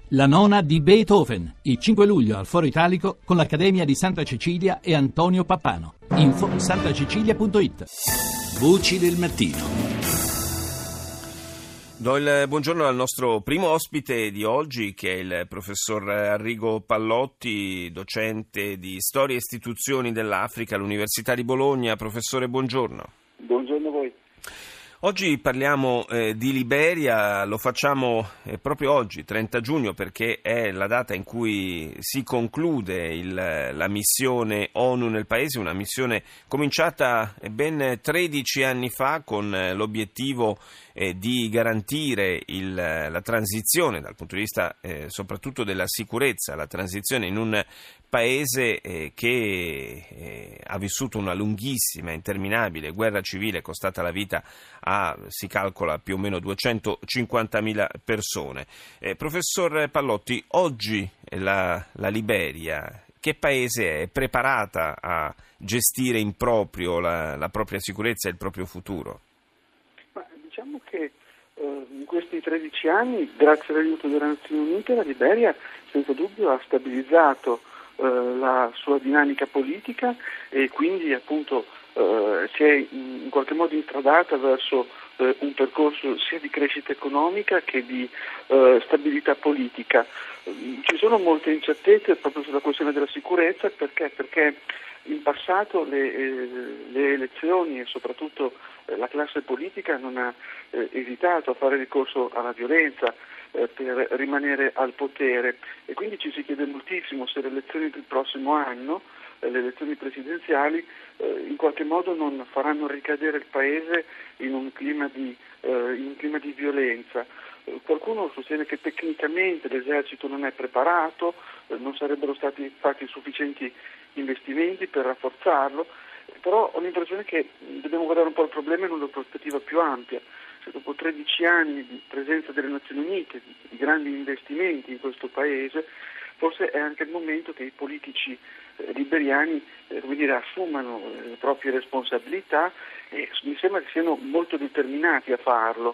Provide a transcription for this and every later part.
La nona di Beethoven, il 5 luglio al Foro Italico con l'Accademia di Santa Cecilia e Antonio Pappano. Info santacecilia.it. Voci del mattino. Do il buongiorno al nostro primo ospite di oggi, che è il professor Arrigo Pallotti, docente di Storia e Istituzioni dell'Africa all'Università di Bologna. Professore, buongiorno. Buongiorno a voi. Oggi parliamo di Liberia, lo facciamo proprio oggi, 30 giugno, perché è la data in cui si conclude la missione ONU nel paese, una missione cominciata ben 13 anni fa con l'obiettivo di garantire la transizione dal punto di vista soprattutto della sicurezza, la transizione in un paese che ha vissuto una lunghissima, interminabile guerra civile costata la vita a, si calcola, più o meno 250.000 persone. Professor Pallotti, oggi la Liberia, che paese è preparata a gestire in proprio la propria sicurezza e il proprio futuro? Diciamo che in questi 13 anni, grazie all'aiuto delle Nazioni Unite, la Liberia senza dubbio ha stabilizzato la sua dinamica politica e quindi appunto si è in qualche modo instradata verso un percorso sia di crescita economica che di stabilità politica. Ci sono molte incertezze proprio sulla questione della sicurezza perché in passato le elezioni e soprattutto la classe politica non ha esitato a fare ricorso alla violenza per rimanere al potere, e quindi ci si chiede moltissimo se le elezioni del prossimo anno, le elezioni presidenziali, in qualche modo non faranno ricadere il paese in un clima di violenza. Qualcuno sostiene che tecnicamente l'esercito non è preparato, non sarebbero stati fatti sufficienti investimenti per rafforzarlo, però ho l'impressione che dobbiamo guardare un po' il problema in una prospettiva più ampia. Se dopo 13 anni di presenza delle Nazioni Unite, di grandi investimenti in questo paese, forse è anche il momento che i politici liberiani assumano le proprie responsabilità, e mi sembra che siano molto determinati a farlo.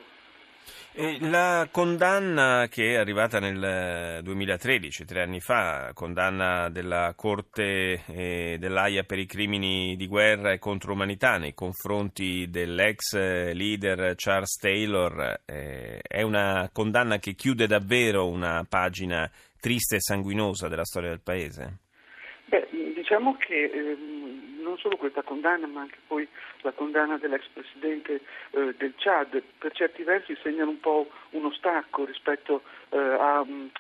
La condanna che è arrivata nel 2013, 3 anni fa, condanna della Corte dell'Aia per i crimini di guerra e contro umanità nei confronti dell'ex leader Charles Taylor, è una condanna che chiude davvero una pagina triste e sanguinosa della storia del paese? Diciamo che non solo questa condanna, ma anche poi la condanna dell'ex presidente del Chad, per certi versi segnano un po' uno stacco rispetto a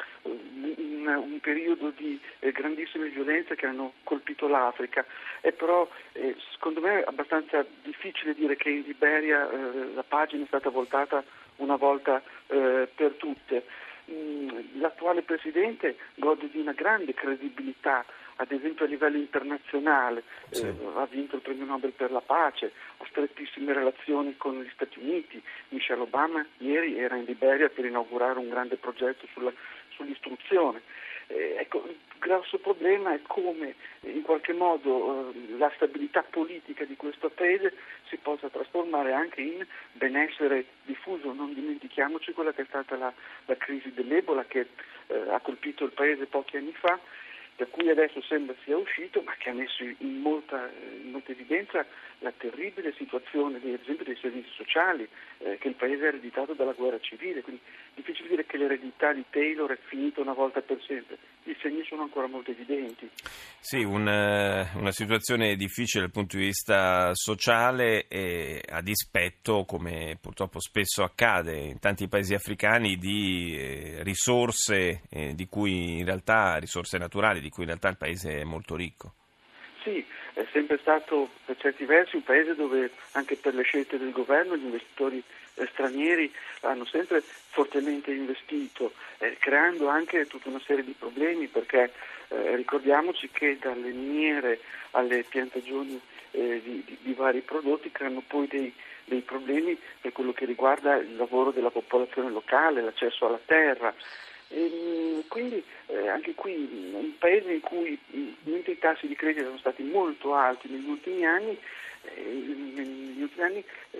un periodo di grandissime violenze che hanno colpito l'Africa. È però secondo me abbastanza difficile dire che in Liberia la pagina è stata voltata una volta per tutte. L'attuale presidente gode di una grande credibilità, ad esempio a livello internazionale, sì. Ha vinto il premio Nobel per la pace, ha strettissime relazioni con gli Stati Uniti. Michelle Obama ieri era in Liberia per inaugurare un grande progetto sull'istruzione. Il grosso problema è come in qualche modo la stabilità politica di questo paese si possa trasformare anche in benessere diffuso. Non dimentichiamoci quella che è stata la crisi dell'Ebola che ha colpito il paese pochi anni fa, da cui adesso sembra sia uscito, ma che ha messo in molta evidenza la terribile situazione, ad esempio, dei servizi sociali che il paese ha ereditato dalla guerra civile. Quindi è difficile dire che l'eredità di Taylor è finita una volta per sempre. I segni sono ancora molto evidenti. Sì, una situazione difficile dal punto di vista sociale, a dispetto, come purtroppo spesso accade in tanti paesi africani, di risorse di cui in realtà, risorse naturali di cui in realtà il paese è molto ricco. Sì, è sempre stato per certi versi un paese dove anche per le scelte del governo gli investitori stranieri hanno sempre fortemente investito, creando anche tutta una serie di problemi, perché ricordiamoci che dalle miniere alle piantagioni di vari prodotti creano poi dei problemi per quello che riguarda il lavoro della popolazione locale, l'accesso alla terra. Quindi anche qui un paese in cui i tassi di credito sono stati molto alti negli ultimi anni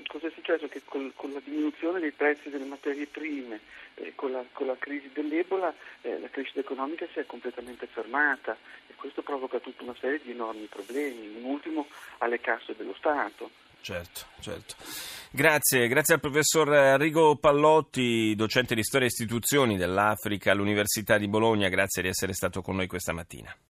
cosa è successo? Che con la diminuzione dei prezzi delle materie prime, con la crisi dell'Ebola, la crescita economica si è completamente fermata e questo provoca tutta una serie di enormi problemi, in ultimo alle casse dello Stato. Certo. Grazie al professor Rigo Pallotti, docente di Storia e Istituzioni dell'Africa all'Università di Bologna, grazie di essere stato con noi questa mattina.